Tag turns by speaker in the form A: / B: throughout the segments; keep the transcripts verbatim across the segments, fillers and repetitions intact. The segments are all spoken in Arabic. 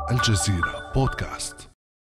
A: الجزيرة بودكاست.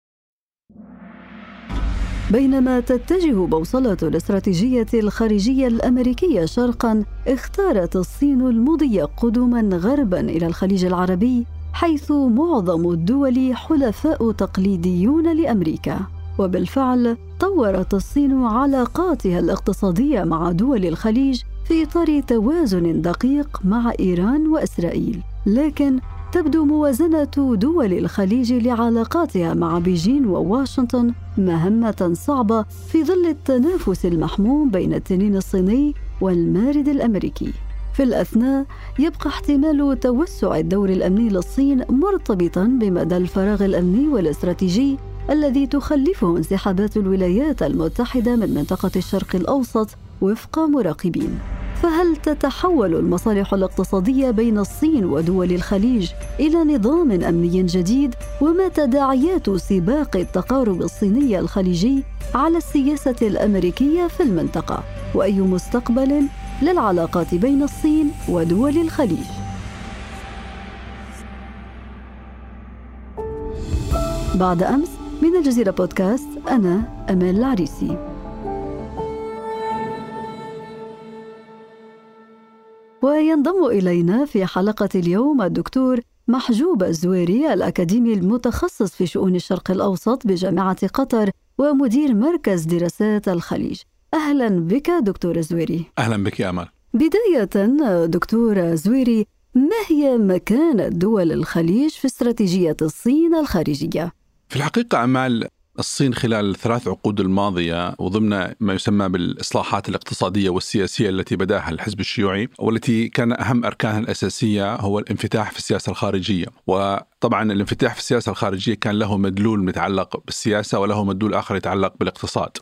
B: بينما تتجه بوصلة الاستراتيجية الخارجية الأمريكية شرقاً، اختارت الصين المضي قدماً غرباً إلى الخليج العربي، حيث معظم الدول حلفاء تقليديون لأمريكا. وبالفعل طورت الصين علاقاتها الاقتصادية مع دول الخليج في إطار توازن دقيق مع إيران وإسرائيل، لكن تبدو موازنة دول الخليج لعلاقاتها مع بيجين وواشنطن مهمة صعبة في ظل التنافس المحموم بين التنين الصيني والمارد الأمريكي. في الأثناء يبقى احتمال توسع الدور الأمني للصين مرتبطاً بمدى الفراغ الأمني والاستراتيجي الذي تخلفه انسحابات الولايات المتحدة من منطقة الشرق الأوسط وفق مراقبين. فهل تتحول المصالح الاقتصادية بين الصين ودول الخليج إلى نظام أمني جديد؟ وما تداعيات سباق التقارب الصيني الخليجي على السياسة الأمريكية في المنطقة؟ وأي مستقبل للعلاقات بين الصين ودول الخليج؟ بعد أمس من الجزيرة بودكاست، أنا أمال العريسي. وينضم إلينا في حلقة اليوم الدكتور محجوب الزويري، الأكاديمي المتخصص في شؤون الشرق الأوسط بجامعة قطر ومدير مركز دراسات الخليج. أهلا بك دكتور الزويري.
C: أهلا بك يا أمل.
B: بداية دكتور زويري، ما هي مكانة دول الخليج في استراتيجية الصين الخارجية؟
C: في الحقيقة أمال، الصين خلال الثلاث عقود الماضية وضمن ما يسمى بالإصلاحات الاقتصادية والسياسية التي بدأها الحزب الشيوعي، والتي كان أهم أركانها الأساسية هو الانفتاح في السياسة الخارجية. وطبعا الانفتاح في السياسة الخارجية كان له مدلول متعلق بالسياسة وله مدلول آخر يتعلق بالاقتصاد.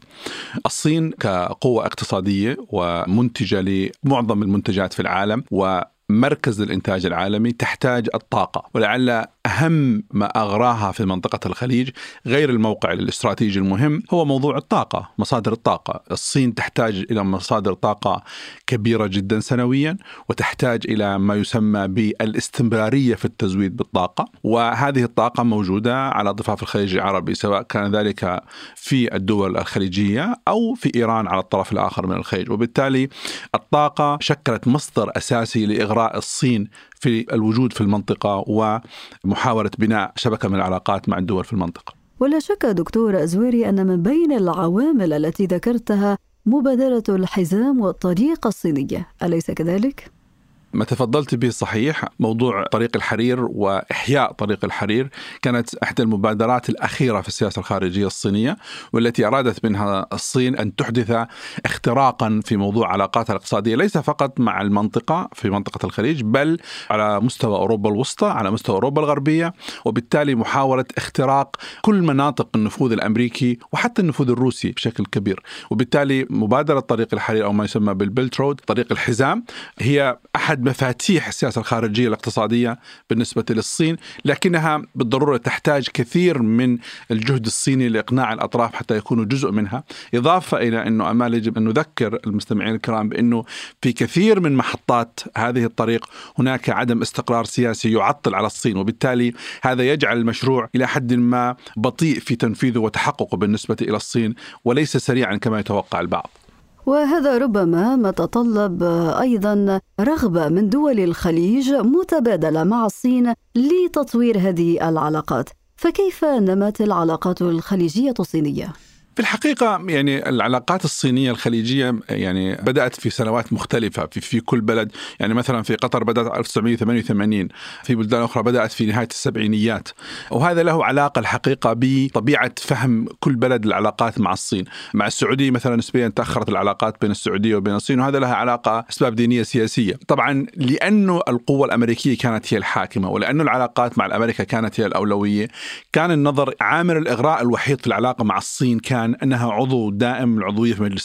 C: الصين كقوة اقتصادية ومنتجة لمعظم المنتجات في العالم و مركز الإنتاج العالمي تحتاج الطاقة، ولعل أهم ما أغراها في منطقة الخليج غير الموقع الاستراتيجي المهم هو موضوع الطاقة، مصادر الطاقة. الصين تحتاج إلى مصادر طاقة كبيرة جدا سنويا، وتحتاج إلى ما يسمى بالاستمرارية في التزويد بالطاقة، وهذه الطاقة موجودة على ضفاف الخليج العربي، سواء كان ذلك في الدول الخليجية أو في إيران على الطرف الآخر من الخليج. وبالتالي الطاقة شكلت مصدر أساسي لإغراء الصين في الوجود في المنطقة ومحاولة بناء شبكة من العلاقات مع الدول في المنطقة.
B: ولا شك دكتور زويري أن من بين العوامل التي ذكرتها مبادرة الحزام والطريقة الصينية، أليس كذلك؟
C: ما تفضلت به صحيح. موضوع طريق الحرير وإحياء طريق الحرير كانت إحدى المبادرات الأخيرة في السياسة الخارجية الصينية، والتي أرادت منها الصين أن تحدث اختراقا في موضوع علاقاتها الاقتصادية، ليس فقط مع المنطقة في منطقة الخليج، بل على مستوى أوروبا الوسطى، على مستوى أوروبا الغربية، وبالتالي محاولة اختراق كل مناطق النفوذ الأمريكي وحتى النفوذ الروسي بشكل كبير. وبالتالي مبادرة طريق الحرير أو ما يسمى بالبيلت رود، طريق الحزام، هي أحد مفاتيح السياسة الخارجية الاقتصادية بالنسبة للصين، لكنها بالضرورة تحتاج كثير من الجهد الصيني لإقناع الأطراف حتى يكونوا جزء منها. إضافة إلى أنه أمال يجب أن نذكر المستمعين الكرام بأنه في كثير من محطات هذه الطريق هناك عدم استقرار سياسي يعطل على الصين، وبالتالي هذا يجعل المشروع إلى حد ما بطيء في تنفيذه وتحققه بالنسبة إلى الصين، وليس سريعا كما يتوقع البعض.
B: وهذا ربما ما تطلب أيضا رغبة من دول الخليج متبادلة مع الصين لتطوير هذه العلاقات. فكيف نمت العلاقات الخليجية الصينية؟
C: في الحقيقة يعني العلاقات الصينية الخليجية يعني بدأت في سنوات مختلفة في, في كل بلد. يعني مثلا في قطر بدأت ألف وتسعمائة وثمانية وثمانين، في بلدان أخرى بدأت في نهاية السبعينيات، وهذا له علاقة الحقيقة بطبيعة فهم كل بلد العلاقات مع الصين. مع السعودية مثلا نسبيا تأخرت العلاقات بين السعودية وبين الصين، وهذا لها علاقة أسباب دينية سياسية. طبعا لأنه القوة الأمريكية كانت هي الحاكمة، ولأنه العلاقات مع الأمريكا كانت هي الأولوية، كان النظر عامل الإغراء الوحيد في العلاقة مع الصين كان أنها عضو دائم من العضوية في مجلس الأمن.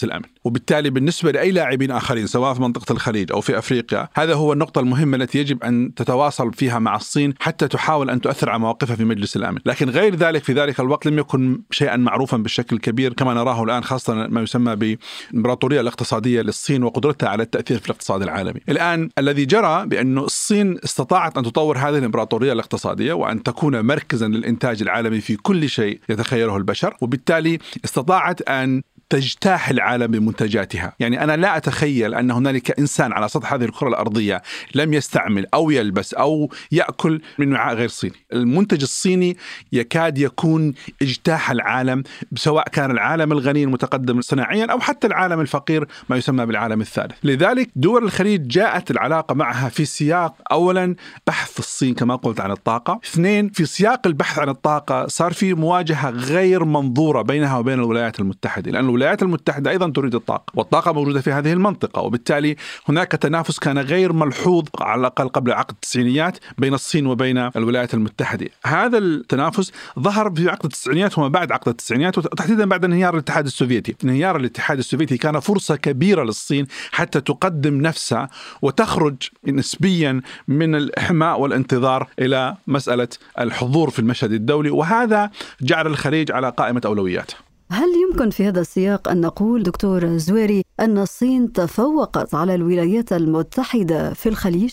C: وبالتالي بالنسبة لأي لاعبين آخرين سواء في منطقة الخليج أو في أفريقيا، هذا هو النقطة المهمة التي يجب أن تتواصل فيها مع الصين حتى تحاول أن تؤثر على مواقفها في مجلس الأمن. لكن غير ذلك في ذلك الوقت لم يكن شيئا معروفا بالشكل الكبير كما نراه الآن، خاصة ما يسمى بالإمبراطورية الاقتصادية للصين وقدرتها على التأثير في الاقتصاد العالمي. الآن الذي جرى بأن الصين استطاعت أن تطور هذه الإمبراطورية الاقتصادية وأن تكون مركزا للإنتاج العالمي في كل شيء يتخيله البشر، وبالتالي استطاعت أن تجتاح العالم بمنتجاتها. يعني أنا لا أتخيل أن هنالك إنسان على سطح هذه الكرة الأرضية لم يستعمل أو يلبس أو يأكل من وعاء غير صيني. المنتج الصيني يكاد يكون اجتاح العالم، سواء كان العالم الغني المتقدم صناعيا أو حتى العالم الفقير ما يسمى بالعالم الثالث. لذلك دول الخليج جاءت العلاقة معها في سياق أولا بحث الصين كما قلت عن الطاقة، اثنين في سياق البحث عن الطاقة صار في مواجهة غير منظورة بينها وبين الولايات المتحدة، لأن الولايات المتحدة أيضا تريد الطاقة والطاقة موجودة في هذه المنطقة، وبالتالي هناك تنافس كان غير ملحوظ على الأقل قبل عقد التسعينيات بين الصين وبين الولايات المتحدة. هذا التنافس ظهر في عقد التسعينيات وما بعد عقد التسعينيات، وتحديدا بعد انهيار الاتحاد السوفيتي. انهيار الاتحاد السوفيتي كان فرصة كبيرة للصين حتى تقدم نفسها وتخرج نسبيا من الإحماء والانتظار إلى مسألة الحضور في المشهد الدولي، وهذا جعل الخليج على قائمة أولوياته.
B: هل يمكن في هذا السياق أن نقول دكتور زويري أن الصين تفوقت على الولايات المتحدة في الخليج؟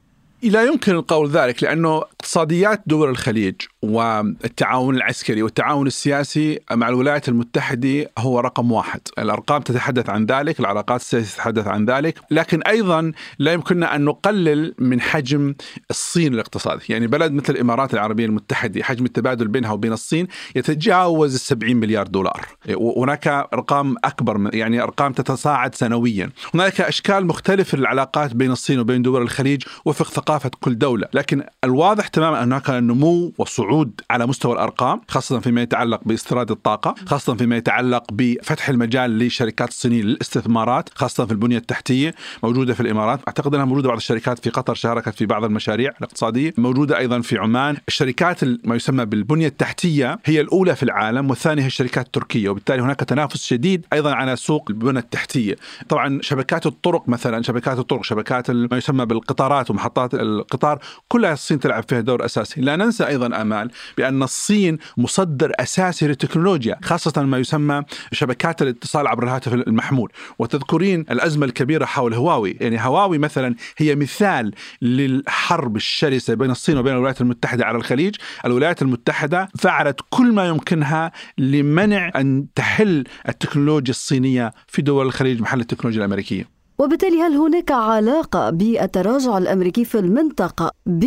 C: لا يمكن القول ذلك، لأنه اقتصاديات دول الخليج والتعاون العسكري والتعاون السياسي مع الولايات المتحدة هو رقم واحد. الأرقام تتحدث عن ذلك، العلاقات السياسية تتحدث عن ذلك، لكن أيضا لا يمكننا أن نقلل من حجم الصين الاقتصادي. يعني بلد مثل الإمارات العربية المتحدة حجم التبادل بينها وبين الصين يتجاوز السبعين مليار دولار. وهناك أرقام أكبر، يعني أرقام تتصاعد سنويا. هناك أشكال مختلفة للعلاقات بين الصين وبين دول الخليج وفق ثقافة كل دولة، لكن الواضح تماما أن هناك نمو وصعود على مستوى الأرقام، خاصة فيما يتعلق باستيراد الطاقة، خاصة فيما يتعلق بفتح المجال للشركات الصينية للاستثمارات، خاصة في البنية التحتية موجودة في الإمارات. أعتقد أنها موجودة بعض الشركات في قطر شاركت في بعض المشاريع الاقتصادية، موجودة أيضا في عمان. الشركات ما يسمى بالبنية التحتية هي الأولى في العالم، والثانية هي الشركات التركية، وبالتالي هناك تنافس شديد أيضا على سوق البنية التحتية. طبعا شبكات الطرق مثلا، شبكات الطرق، شبكات ما يسمى بالقطارات ومحطات القطار، كلها الصين تلعب فيها دور أساسي. لا ننسى أيضا آمال بأن الصين مصدر أساسي للتكنولوجيا، خاصة ما يسمى شبكات الاتصال عبر الهاتف المحمول. وتذكرين الأزمة الكبيرة حول هواوي، يعني هواوي مثلا هي مثال للحرب الشرسة بين الصين وبين الولايات المتحدة على الخليج. الولايات المتحدة فعلت كل ما يمكنها لمنع أن تحل التكنولوجيا الصينية في دول الخليج محل التكنولوجيا الأمريكية.
B: وبالتالي هل هناك علاقة بالتراجع الأمريكي في المنطقة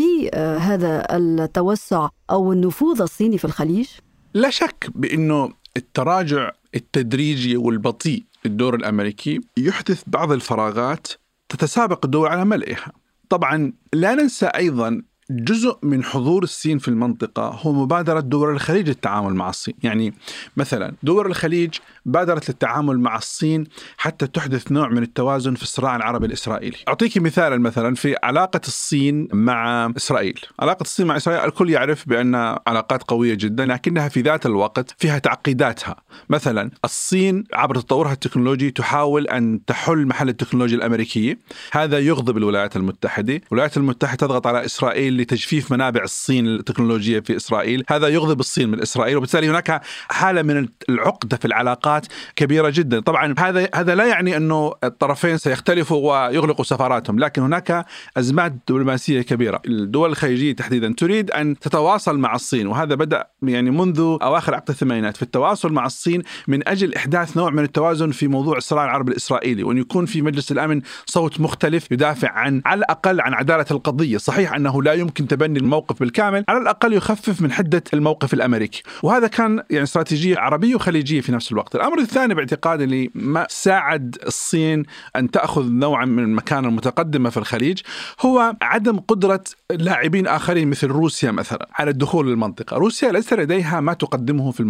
B: بهذا التوسع أو النفوذ الصيني في الخليج؟
C: لا شك بأنه التراجع التدريجي والبطيء الدور الأمريكي يحدث بعض الفراغات تتسابق الدول على ملئها. طبعا لا ننسى أيضا جزء من حضور الصين في المنطقة هو مبادرة دول الخليج للتعامل مع الصين. يعني مثلا دول الخليج بادرت للتعامل مع الصين حتى تحدث نوع من التوازن في الصراع العربي الإسرائيلي. أعطيك مثالا مثلا في علاقة الصين مع إسرائيل. علاقة الصين مع إسرائيل الكل يعرف بأن علاقات قوية جدا، لكنها في ذات الوقت فيها تعقيداتها. مثلا الصين عبر تطورها التكنولوجي تحاول أن تحل محل التكنولوجيا الأمريكية، هذا يغضب الولايات المتحدة. الولايات المتحدة تضغط على إسرائيل لتجفيف منابع الصين التكنولوجية في إسرائيل، هذا يغضب الصين من إسرائيل، وبالتالي هناك حالة من العقدة في العلاقات كبيرة جدا. طبعا هذا هذا لا يعني أنه الطرفين سيختلفوا ويغلقوا سفاراتهم، لكن هناك أزمات دبلوماسية كبيرة. الدول الخليجية تحديدا تريد أن تتواصل مع الصين، وهذا بدأ يعني منذ أواخر عقد الثمانينات في التواصل مع الصين من أجل إحداث نوع من التوازن في موضوع الصراع العربي الإسرائيلي، وأن يكون في مجلس الأمن صوت مختلف يدافع عن على الأقل عن عدالة القضية. صحيح أنه لا يمكن تبني الموقف بالكامل، على الأقل يخفف من حدة الموقف الأمريكي، وهذا كان يعني استراتيجية عربية وخليجية في نفس الوقت. الأمر الثاني باعتقادي اللي ما ساعد الصين أن تأخذ نوعا من المكانة المتقدمة في الخليج هو عدم قدرة لاعبين آخرين مثل روسيا مثلا على الدخول للمنطقة. روسيا ليس لديها ما تقدمه في المنطقة،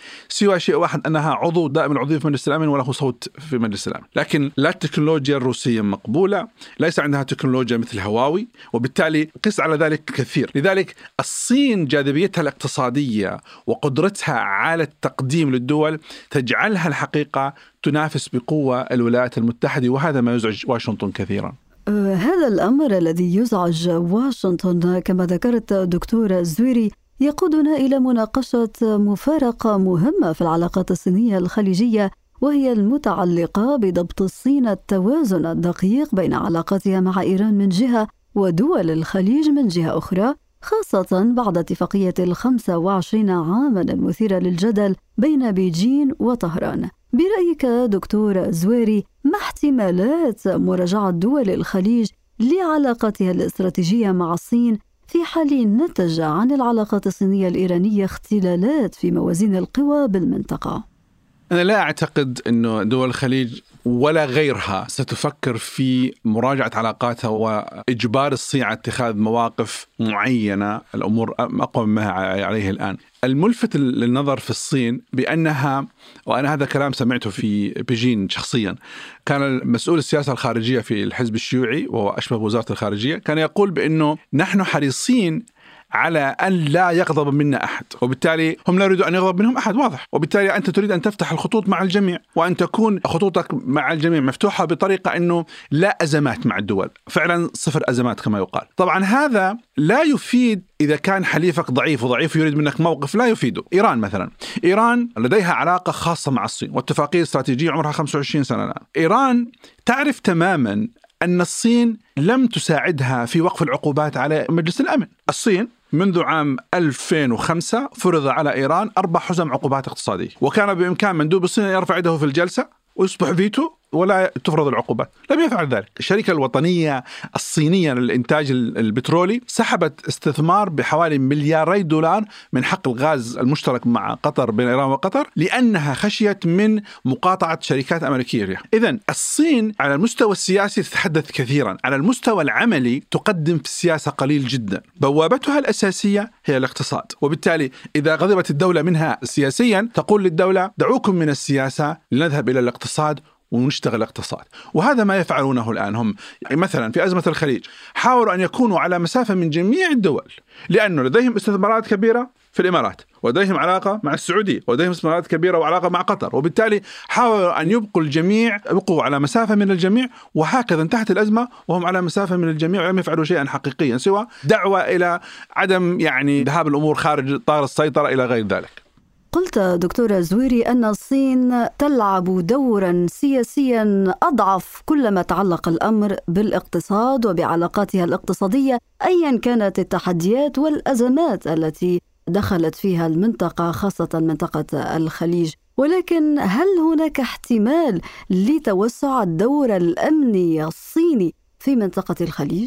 C: سوى شيء واحد، أنها عضو دائم العضوية في مجلس الأمن وله صوت في مجلس الأمن. لكن لا التكنولوجيا الروسية مقبولة، ليس عندها تكنولوجيا مثل هواوي، وبالتالي قس على ذلك كثير. لذلك الصين جاذبيتها الاقتصادية وقدرتها على التقديم للدول تجعلها الحقيقة تنافس بقوة الولايات المتحدة، وهذا ما يزعج واشنطن كثيرا.
B: هذا الأمر الذي يزعج واشنطن كما ذكرت دكتور الزويري يقودنا إلى مناقشة مفارقة مهمة في العلاقات الصينية الخليجية، وهي المتعلقة بضبط الصين التوازن الدقيق بين علاقاتها مع إيران من جهة ودول الخليج من جهة أخرى، خاصة بعد اتفاقية الخمسة وعشرين عاما المثيرة للجدل بين بيجين وطهران. برأيك دكتور زويري، ما احتمالات مراجعة دول الخليج لعلاقاتها الاستراتيجية مع الصين في حال نتج عن العلاقات الصينية الإيرانية اختلالات في موازين القوى بالمنطقة؟
C: أنا لا أعتقد أن دول الخليج ولا غيرها ستفكر في مراجعة علاقاتها وإجبار الصين على اتخاذ مواقف معينة. الأمور أقوى مما عليه الآن. الملفت للنظر في الصين بأنها، وأنا هذا كلام سمعته في بيجين شخصيا، كان المسؤول السياسة الخارجية في الحزب الشيوعي وهو أشبه وزارة الخارجية كان يقول بأنه نحن حريصين على أن لا يغضب منا أحد، وبالتالي هم لا يريدوا أن يغضب منهم أحد، واضح. وبالتالي أنت تريد أن تفتح الخطوط مع الجميع وأن تكون خطوطك مع الجميع مفتوحة بطريقة أنه لا أزمات مع الدول، فعلا صفر أزمات كما يقال. طبعا هذا لا يفيد إذا كان حليفك ضعيف وضعيف يريد منك موقف، لا يفيده. إيران مثلا، إيران لديها علاقة خاصة مع الصين واتفاقية استراتيجية عمرها خمسة وعشرين سنة الآن. إيران تعرف تماما أن الصين لم تساعدها في وقف العقوبات على مجلس الأمن. الصين منذ عام ألفين وخمسة فرض على إيران أربع حزم عقوبات اقتصادية، وكان بإمكان مندوب الصين أن يرفع يده في الجلسة ويصبح فيتو ولا تفرض العقوبات. لم يفعل ذلك. الشركة الوطنية الصينية للإنتاج البترولي سحبت استثمار بحوالي ملياري دولار من حق الغاز المشترك مع قطر، بين إيران وقطر، لأنها خشيت من مقاطعة شركات أمريكية فيها. إذن الصين على المستوى السياسي تتحدث كثيرا، على المستوى العملي تقدم في السياسة قليل جدا. بوابتها الأساسية هي الاقتصاد، وبالتالي إذا غضبت الدولة منها سياسيا تقول للدولة دعوكم من السياسة لنذهب إلى الاقتصاد ونشتغل اقتصاد. وهذا ما يفعلونه الآن. هم مثلا في أزمة الخليج حاولوا أن يكونوا على مسافة من جميع الدول، لأنه لديهم استثمارات كبيرة في الإمارات، ولديهم علاقة مع السعودية، ولديهم استثمارات كبيرة وعلاقة مع قطر، وبالتالي حاولوا أن يبقوا الجميع، يبقوا على مسافة من الجميع، وهكذا انتهت الأزمة وهم على مسافة من الجميع ولم يفعلوا شيئا حقيقيا سوى دعوة إلى عدم يعني ذهاب الأمور خارج طار السيطرة إلى غير ذلك.
B: قلت دكتور زويري أن الصين تلعب دورا سياسيا أضعف كلما تعلق الأمر بالاقتصاد وبعلاقاتها الاقتصادية أيا كانت التحديات والأزمات التي دخلت فيها المنطقة، خاصة منطقة الخليج. ولكن هل هناك احتمال لتوسع الدور الأمني الصيني في منطقة الخليج؟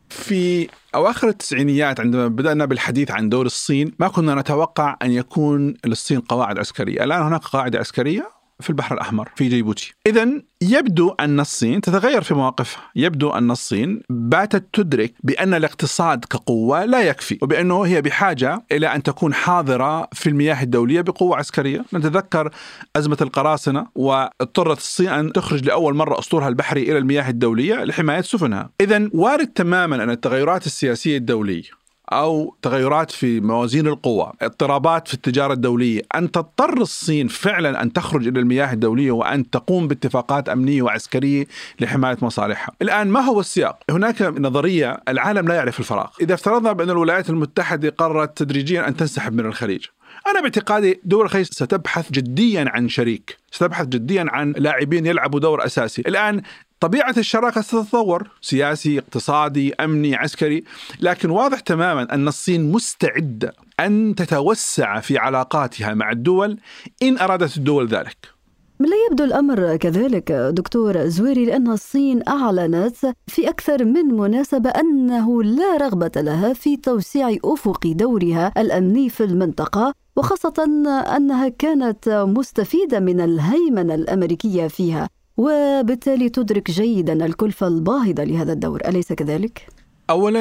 C: في أواخر التسعينيات عندما بدأنا بالحديث عن دور الصين ما كنا نتوقع أن يكون للصين قواعد عسكرية. الآن هناك قاعدة عسكرية في البحر الأحمر في جيبوتي. إذن يبدو أن الصين تتغير في مواقفها، يبدو أن الصين باتت تدرك بأن الاقتصاد كقوة لا يكفي، وبأنه هي بحاجة إلى أن تكون حاضرة في المياه الدولية بقوة عسكرية. نتذكر أزمة القراصنة واضطرت الصين أن تخرج لأول مرة أسطورها البحري إلى المياه الدولية لحماية سفنها. إذن وارد تماما أن التغيرات السياسية الدولية أو تغيرات في موازين القوى، اضطرابات في التجارة الدولية، أن تضطر الصين فعلا أن تخرج إلى المياه الدولية وأن تقوم باتفاقات أمنية وعسكرية لحماية مصالحها. الآن ما هو السياق؟ هناك نظرية العالم لا يعرف الفراغ. إذا افترضنا بأن الولايات المتحدة قررت تدريجيا أن تنسحب من الخليج، أنا باعتقادي دول الخليج ستبحث جديا عن شريك، ستبحث جديا عن لاعبين يلعبوا دور أساسي. الآن طبيعة الشراكة ستتطور، سياسي، اقتصادي، أمني، عسكري، لكن واضح تماما أن الصين مستعدة أن تتوسع في علاقاتها مع الدول إن أرادت الدول ذلك.
B: لا يبدو الأمر كذلك دكتور زويري، لأن الصين أعلنت في أكثر من مناسبة أنه لا رغبة لها في توسيع أفق دورها الأمني في المنطقة، وخاصة أنها كانت مستفيدة من الهيمنة الأمريكية فيها، وبالتالي تدرك جيدا الكلفة الباهظة لهذا الدور، أليس كذلك؟
C: أولا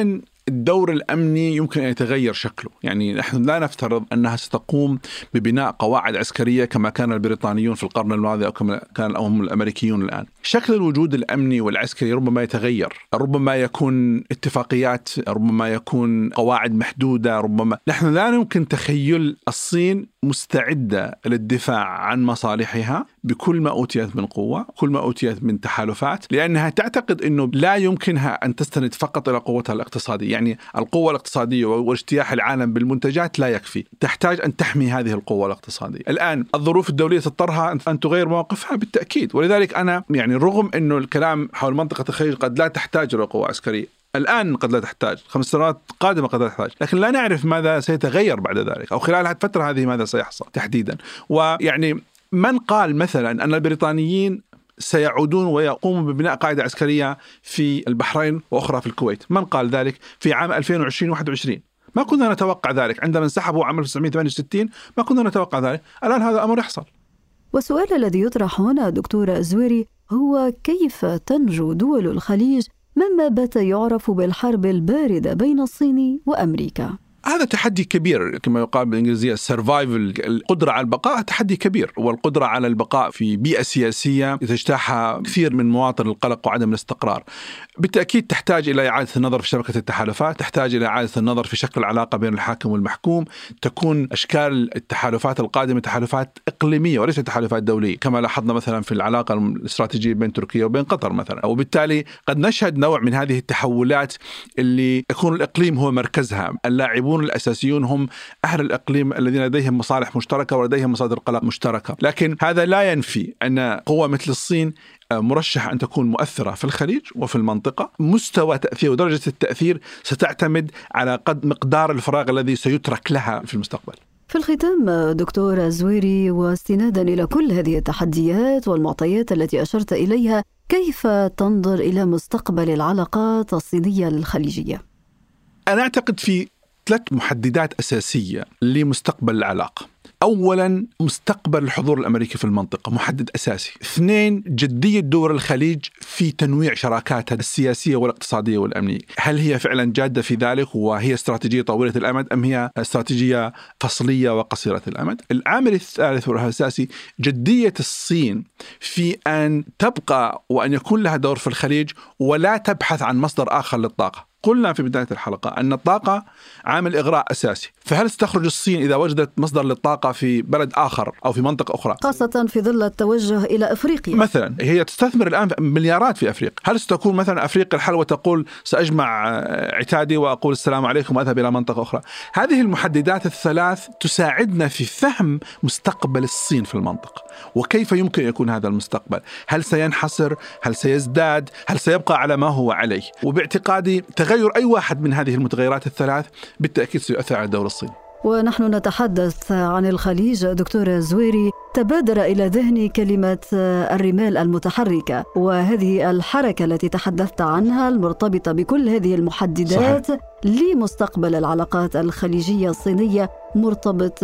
C: الدور الأمني يمكن أن يتغير شكله. يعني نحن لا نفترض أنها ستقوم ببناء قواعد عسكرية كما كان البريطانيون في القرن الماضي أو كما كان هم الأمريكيون الآن. شكل الوجود الأمني والعسكري ربما يتغير، ربما يكون اتفاقيات، ربما يكون قواعد محدودة، ربما نحن لا يمكن تخيل الصين مستعدة للدفاع عن مصالحها بكل ما أوتيت من قوة، كل ما أوتيت من تحالفات، لأنها تعتقد أنه لا يمكنها أن تستند فقط إلى قوتها الاقتصادية. يعني القوة الاقتصادية واجتياح العالم بالمنتجات لا يكفي، تحتاج أن تحمي هذه القوة الاقتصادية. الآن الظروف الدولية تضطرها أن تغير مواقفها بالتأكيد، ولذلك أنا يعني رغم أنه الكلام حول منطقة الخليج قد لا تحتاج إلى قوة عسكرية الآن، قد لا تحتاج، خمس سنوات قادمة قد لا تحتاج، لكن لا نعرف ماذا سيتغير بعد ذلك أو خلال الفترة هذه ماذا سيحصل تحديدا. ويعني من قال مثلا أن البريطانيين سيعودون ويقوموا ببناء قاعدة عسكرية في البحرين وأخرى في الكويت؟ من قال ذلك في عام ألفين وعشرين واحد وعشرين؟ ما كنا نتوقع ذلك عندما انسحبوا عام ألف وتسعمائة وثمانية وستين، ما كنا نتوقع ذلك. الآن هذا أمر يحصل.
B: والسؤال الذي يطرح هنا دكتور الزويري هو كيف تنجو دول الخليج مما بات يعرف بالحرب الباردة بين الصين وأمريكا؟
C: هذا تحدي كبير، كما يقال بالإنجليزية survival، القدرة على البقاء تحدي كبير، والقدرة على البقاء في بيئة سياسية تجتاحها كثير من مواطن القلق وعدم الاستقرار. بالتأكيد تحتاج إلى إعادة النظر في شبكة التحالفات، تحتاج إلى إعادة النظر في شكل العلاقة بين الحاكم والمحكوم، تكون أشكال التحالفات القادمة تحالفات إقليمية وليس تحالفات دولية، كما لاحظنا مثلا في العلاقة الاستراتيجية بين تركيا وبين قطر مثلا. وبالتالي قد نشهد نوع من هذه التحولات اللي يكون الإقليم هو مركزها، اللاعبون الأساسيون هم أهل الإقليم الذين لديهم مصالح مشتركة ولديهم مصادر قلق مشتركة. لكن هذا لا ينفي أن قوة مثل الصين مرشح أن تكون مؤثرة في الخليج وفي المنطقة. مستوى تأثير ودرجة التأثير ستعتمد على قد مقدار الفراغ الذي سيترك لها في المستقبل.
B: في الختام دكتور الزويري، واستنادا إلى كل هذه التحديات والمعطيات التي أشرت إليها، كيف تنظر إلى مستقبل العلاقات الصينية الخليجية؟
C: أنا أعتقد في ثلاث محددات أساسية لمستقبل العلاقة. أولا، مستقبل الحضور الأمريكي في المنطقة محدد أساسي. اثنين، جدية دول الخليج في تنويع شراكاتها السياسية والاقتصادية والأمنية، هل هي فعلا جادة في ذلك وهي استراتيجية طويلة الأمد أم هي استراتيجية فصلية وقصيرة الأمد؟ العامل الثالث والأساسي جدية الصين في أن تبقى وأن يكون لها دور في الخليج ولا تبحث عن مصدر آخر للطاقة. قلنا في بداية الحلقة أن الطاقة عامل إغراء أساسي، فهل ستخرج الصين إذا وجدت مصدر للطاقة في بلد آخر أو في منطقة أخرى،
B: خاصة في ظل التوجه إلى أفريقيا
C: مثلا؟ هي تستثمر الآن مليارات في أفريقيا. هل ستكون مثلا أفريقيا الحل وتقول سأجمع عتادي وأقول السلام عليكم وأذهب إلى منطقة أخرى؟ هذه المحددات الثلاث تساعدنا في فهم مستقبل الصين في المنطقة وكيف يمكن يكون هذا المستقبل. هل سينحصر؟ هل سيزداد؟ هل سيبقى على ما هو عليه؟ وباعتقادي تغير أي واحد من هذه المتغيرات الثلاث بالتأكيد سيؤثر على الدولة الصينية.
B: ونحن نتحدث عن الخليج دكتور الزويري، تبادر إلى ذهني كلمة الرمال المتحركة، وهذه الحركة التي تحدثت عنها المرتبطة بكل هذه المحددات صحيح. لمستقبل العلاقات الخليجية الصينية مرتبط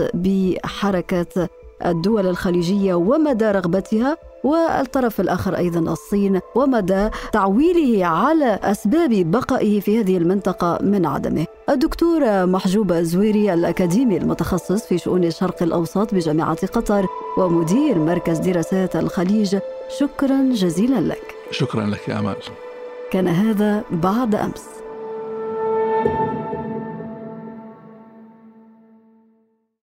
B: بحركة الدول الخليجية ومدى رغبتها، والطرف الآخر أيضا الصين ومدى تعويله على أسباب بقائه في هذه المنطقة من عدمه. الدكتور محجوب الزويري، الأكاديمي المتخصص في شؤون الشرق الأوسط بجامعة قطر ومدير مركز دراسات الخليج، شكرا جزيلا لك.
C: شكرا لك يا أمال.
B: كان هذا بعد أمس.